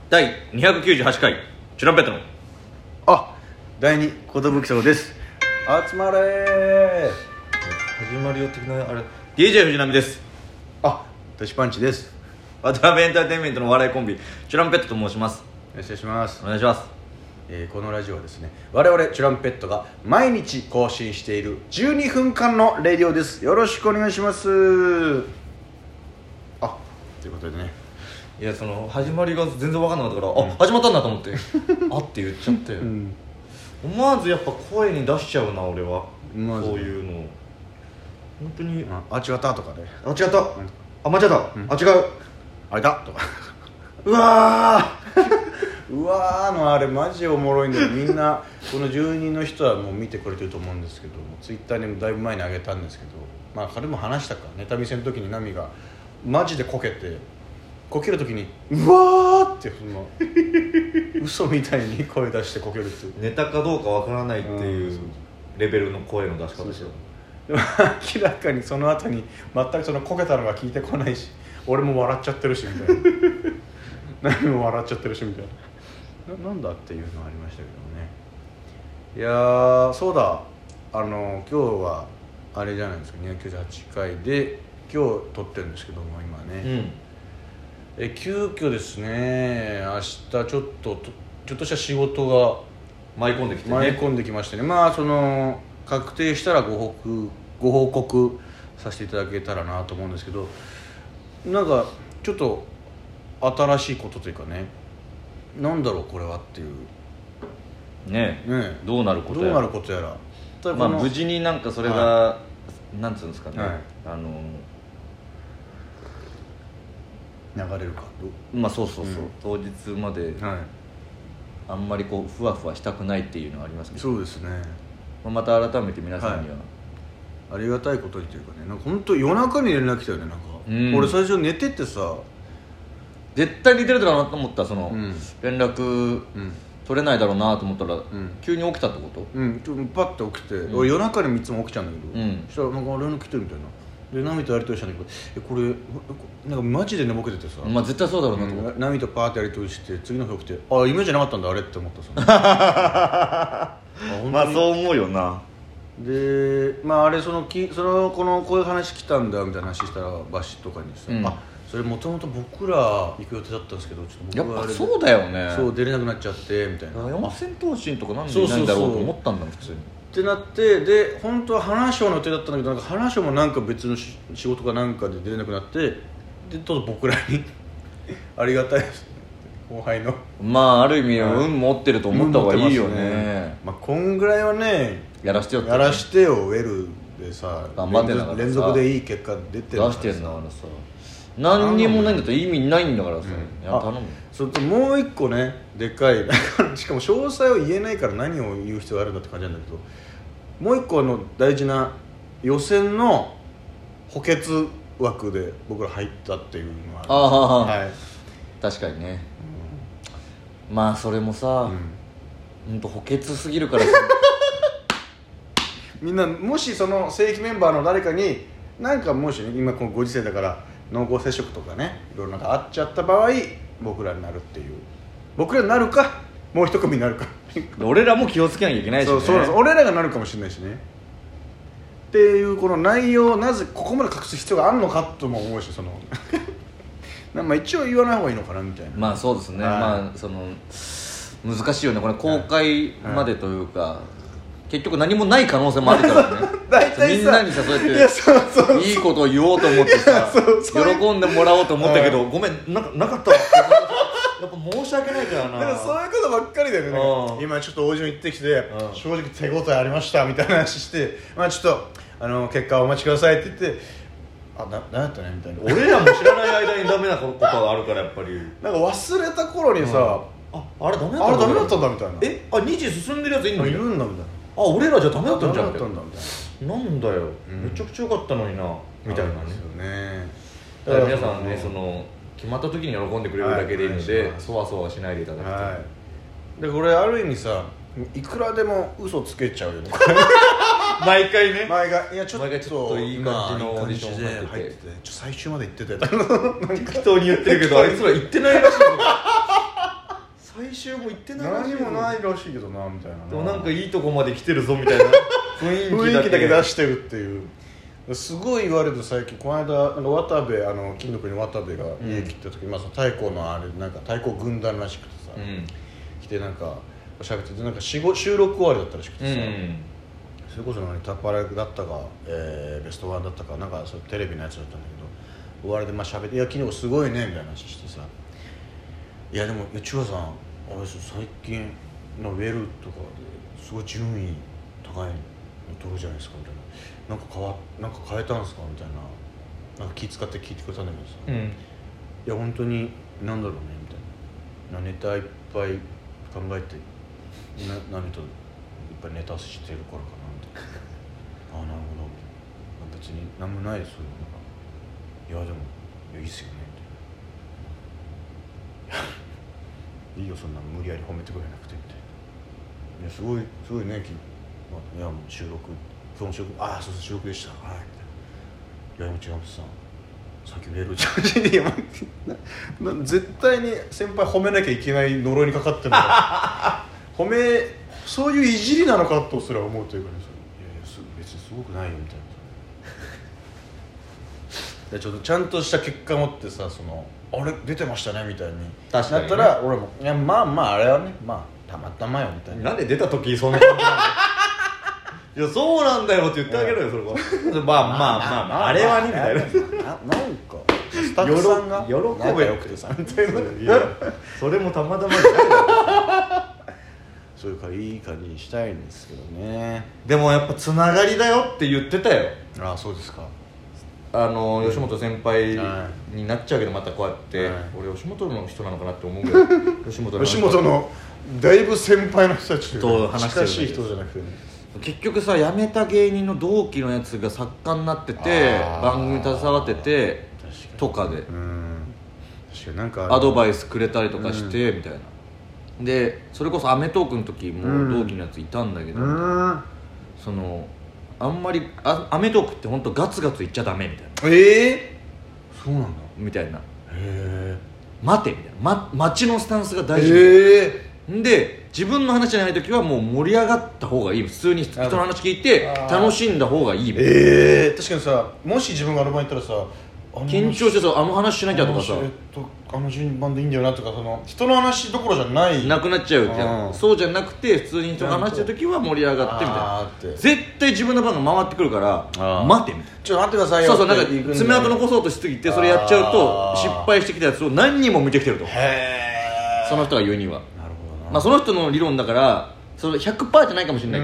第298回チュランペットの第2寿荘です。集まれー。 始まるよ的なあれ DJ 藤波です。 トシパンチです。 渡辺エンターテインメントのお笑いコンビチュランペットと申します。 よろしくお願いします。 お願いします。 このラジオはですね、我々チュランペットが毎日更新している12分間のレディオです。よろしくお願いします。ということでね、 いや、その始まりが全然分かんなかったから、始まったんだと思ってって言っちゃって、思わずやっぱ声に出しちゃうな俺は。こういうの本当に違ったとかで、 違った、間違った、違う、 あれだとかうわうわーのあれマジおもろいんだよ。みんなこの住人の人はもう見てくれてると思うんですけど、ツイッターにもだいぶ前に上げたんですけど、彼も話したか、ネタ見せの時にナミがマジでこけて、こける時にうわーってその嘘みたいに声出してこけるっていうネタかどうかわからないっていうレベルの声の出し方ですよ。 でも明らかにその後に全くそのこけたのが聞いてこないし、俺も笑っちゃってるしみたいなナミも笑っちゃってるしみたいな、なんだっていうのはありましたけどね。いやー、そうだ、今日はあれじゃないですか、298回で今日撮ってるんですけども、今ね、急遽ですね、明日ちょっとした仕事が舞い込んできてましてね、その確定したらご報告させていただけたらなと思うんですけど、なんかちょっと新しいことというかね、なんだろうこれはっていうねどうなることやら、無事になんかそれが、なんつうんですかね、 流れるかそう、当日まで、あんまりこうふわふわしたくないっていうのがありますけど、 そうですね、 また改めて皆さんには、 ありがたいことにというかね、なんか本当夜中に連絡来たよね。なんか、俺最初寝ててさ、絶対似てるだろうなと思った。その、連絡、取れないだろうなと思ったら、急に起きたってこと？ パッて起きて、俺夜中にいつも起きちゃうんだけど、そしたらなんか連絡来てるみたいなで、ナミとやり取りしたんだけど、これなんかマジで寝ぼけててさ、 絶対そうだろうなと思って、 ナミとパーってやり取りして、次の日起きて、夢じゃなかったんだあれって思ったさそう思うよな。 で、あれこういう話来たんだみたいな話したらバシとかにさ、それもともと僕ら行く予定だったんですけど、ちょっと僕はあれやっぱそうだよね、 そう出れなくなっちゃってみたいな、 四千頭身とかなんでいないんだろうと思ったんだもん普通にってなって、で本当は花賞の予定だったんだけど、なんか花賞もなんか別の仕事かなんかで出れなくなって、でどうぞ僕らにありがたいです後輩のある意味運持ってると思った方がいいよね。 こんぐらいはねやらしてよウェルでさ、 頑張ってんだからさ、 連続でいい結果出てる出してんだからさ、何にもないんだったら意味ないんだからさ、頼む。 それともう一個ね、でかいしかも詳細を言えないから何を言う必要があるんだって感じなんだけど、もう一個大事な予選の補欠枠で僕ら入ったっていうのがある。 確かにね、それもさ、補欠すぎるからさみんなもしその正規メンバーの誰かになんかもしね、今このご時世だから濃厚接触とかね、いろいろなんかあっちゃった場合、僕らになるっていう、僕らになるかもう一組になるか俺らも気をつけなきゃいけないしね。 そう俺らがなるかもしれないしねっていう、この内容をなぜここまで隠す必要があるのかとも思うし、その一応言わない方がいいのかなみたいな。 そうですね、その難しいよねこれ、公開までというか、結局何もない可能性もあるからねみんなにさ、そうやっていいことを言おうと思ってさ喜んでもらおうと思ったけど、ごめんなかったやっぱ申し訳ないからな。 だからそういうことばっかりだよね。今ちょっとオーディション行ってきて、正直手応えありましたみたいな話して、ちょっと結果お待ちくださいって言って、なんやったねみたいな。 俺らも知らない間にダメなことがあるから、やっぱりなんか忘れた頃にさ、 あれダメだったんだみたいな。 2時進んでるやついるんだみたいな。 俺らじゃダメだったんじゃんみたいな。 なんだよ、めちゃくちゃ良かったのになみたいなね。だから皆さんね、その決まった時に喜んでくれるだけでいいので、そわそわしないでいただきたい。 でこれある意味さ、いくらでも嘘つけちゃうよね毎回ね、 いやちょっといい感じのオーディション入ってて、最終まで行ってたよ適当に言ってるけどあいつら行ってないらしい習も行ってないらしい。 何もないらしいけどなみたいな。 でもなんかいいとこまで来てるぞみたいな雰囲気だけ出してるっていう。すごい言われる最近。この間なんか渡部金の国渡部が家来た時、まあその太鼓のあれなんか太鼓軍団らしくてさ、来てなんか喋っててなんか収録終わりだったらしくてさ、それこそタッパレだったか、ベストワンだったかなんかそれテレビのやつだったんだけど、終わりでまあ喋って「いや昨日すごいね」みたいな話してさ「いやでも千葉さんあれ最近のウェルとかですごい順位高いの取るじゃないですか」みたいな。なんか変えたんすかみたいな、なんか気使って聞いてくれたんだけどさ、いや本当になんだろうねみたいな、ネタいっぱい考えて何といっぱいネタしてるからかなみたいなあ、なるほど、別に何もないですそういうのが、いやでもいいっすよねみたいな、いいよそんな無理やり褒めてくれなくてみたいな、いやすごいねいやもう収録今日の収録、ああそうそう収録でした、はいみたいな、いや違うささっきメールちゃう絶対に先輩褒めなきゃいけない呪いにかかってるのかそういういじりなのかとすら思うというかね、いや別にすごくないよみたいなちょっとちゃんとした結果持ってさ、あれ出てましたねみたいになったら、俺もいやまああれはねまあたまたまよみたいな。 なんで出た時そんな感じなんだいやそうなんだよって言ってあげろよ、それはまああれはねみたいな、なんかスタッフさんが喜べよくてさみたいな、いやそれもたまたまじゃないそういうかいい感じにしたいんですけどね。 でもやっぱつながりだよって言ってたよ。 ああそうですか。 吉本先輩になっちゃうけどまたこうやって、俺吉本の人なのかなって思うけど吉本のだいぶ先輩の人たちと話してる近しい人じゃなくてね、 結局さ辞めた芸人の同期のやつが作家になってて番組に携わっててとかで確かになんかアドバイスくれたりとかしてみたいな。でそれこそ『アメトーーク』の時も同期のやついたんだけど、あんまりアメトーークって本当ガツガツいっちゃダメみたいな。 そうなんだみたいな。 へ待てみたいな、街のスタンスが大事で、自分の話じゃない時はもう盛り上がった方がいい、普通に人の話聞いて楽しんだ方がいいみたいな。 確かにさ、もし自分がアルバイト行ったらさ緊張してさ話しなきゃとかさ、 順番でいいんだよなとか、人の話どころじゃないなくなっちゃうじゃん。そうじゃなくて普通に人が話してる時は盛り上がってみたいな、絶対自分の番が回ってくるから待てみたいな、 ちょっと待ってくださいよ。 そうなんか爪痕残そうとしすぎてそれやっちゃうと失敗してきたやつを何人も見てきてると。その人が言うには、なるほどな、その人の理論だからそれ 100% じゃないかもしれない、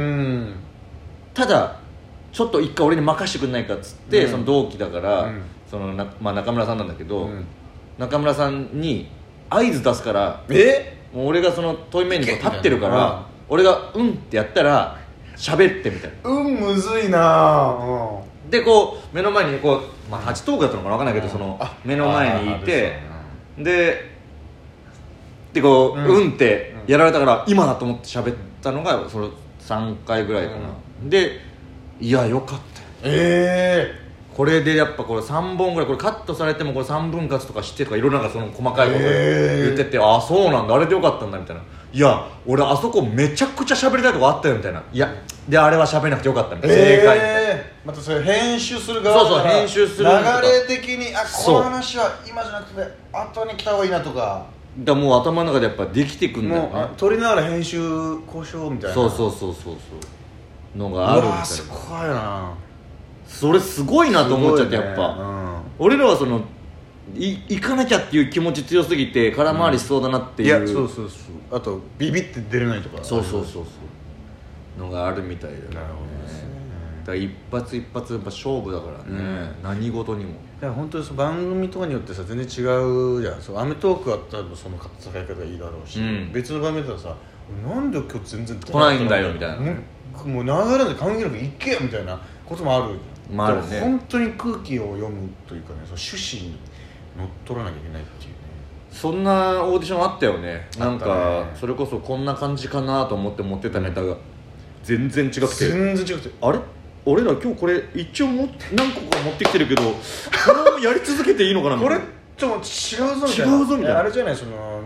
ただちょっと一回俺に任せてくれないかっつって、その同期だから、中村さんなんだけど、中村さんに合図出すから、もう俺がその遠い面に立ってるから、俺がうんってやったら喋ってみたいな。 むずいな。 でこう目の前にこう、8トークだったのかな分かんないけど、その目の前にいて、でこううんってやられたから今だと思って喋ったのがその3回ぐらいかな。でいやよかったよ、これでやっぱこれ3本ぐらいこれカットされてもこれ3分割とかしてとかいろいろなんかその細かいこと言ってて、ああそうなんだ、あれでよかったんだみたいな、いや俺あそこめちゃくちゃ喋りたいとこあったよみたいな、いやであれは喋らなくてよかったみたいな、正解みたいな。 またそれ編集する側だから、 編集する流れ的にこの話は今じゃなくて後に来た方がいいなとか、 だもう頭の中でやっぱできてくんだよね。 撮りながら編集交渉みたいな、 そうのがあるみたいな。 すごいな、 それすごいなと思っちゃって、やっぱ、俺らはその行かなきゃっていう気持ち強すぎて空回りしそうだなっていう、 いやそうあとビビって出れないとか、 そうのがあるみたいだよね。 なるほどですね。 だから一発一発やっぱ勝負だからね、何事にも。 いや本当に番組とかによってさ全然違うじゃん。アメトーークは多分その使い方がいいだろうし、別の番組だったらさなんで今日全然来ないんだよみたいな、 もう流れで関係なく行けよみたいなこともあるじゃん。 あるね。 本当に空気を読むというかね、その趣旨に乗っ取らなきゃいけないっていうね。 そんなオーディションあったよね。なんかそれこそこんな感じかなと思って持ってたネタが全然違くて、あれ俺ら今日これ一応何個か持ってきてるけどこれをやり続けていいのかなみたいな、 これちょっと違うぞみたいな。あれじゃない、その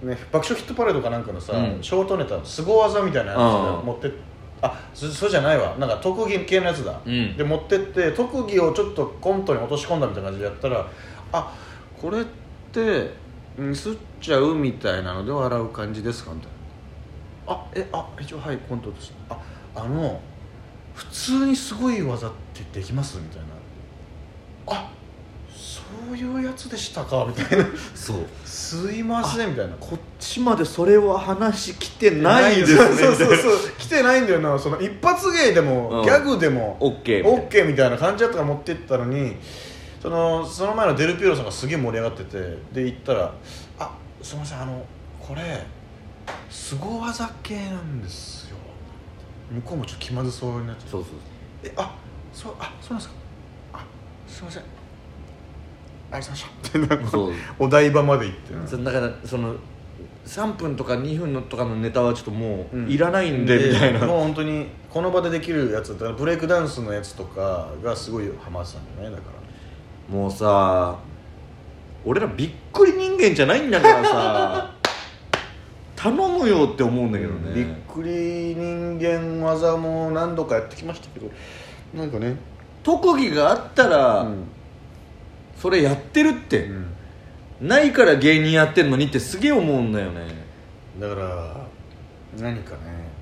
ね、爆笑ヒットパレードかなんかのさ、 うんショートネタ凄技みたいなやつでうん持ってそうじゃないわ、なんか特技系のやつだ、 うんで持ってって特技をちょっとコントに落とし込んだみたいな感じでやったら、これってミスっちゃうみたいなので笑う感じですかみたいな、一応はいコントです、普通にすごい技ってできますみたいな、そういうやつでしたかみたいなそうすいませんみたいな、 こっちまでそれは話来てないですねそう来てないんだよな、その一発芸でも、ギャグでも OK みたいな感じだったから持ってったのに、その前のデルピエロさんがすげえ盛り上がってて、で行ったらすいませんこれ凄技系なんですよ、向こうもちょっと気まずそうになっちゃって、そうなんですか、すいませんありがとうございましたってお台場まで行ってだからその3分とか2分のとかのネタはちょっともういらないんで、みたいな、 もう本当にこの場でできるやつだからブレイクダンスのやつとかがすごいハマってたんだよね。だからもうさ俺らびっくり人間じゃないんだからさ頼むよって思うんだけどね、 びっくり人間技も何度かやってきましたけど、なんかね特技があったら、それやってるって、ないから芸人やってんのにってすげえ思うんだよね。 だから何か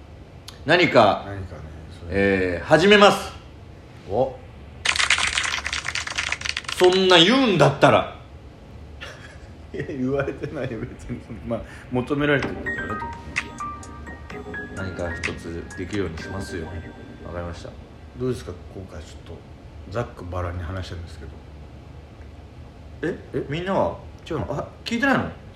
ね始めます。そんな言うんだったら言われてないよ別に、求められてる何か一つできるようにしますよ。わかりました。 どうですか、今回ちょっとざっくばらんに話してるんですけど。 みんなは違うの聞いてないの？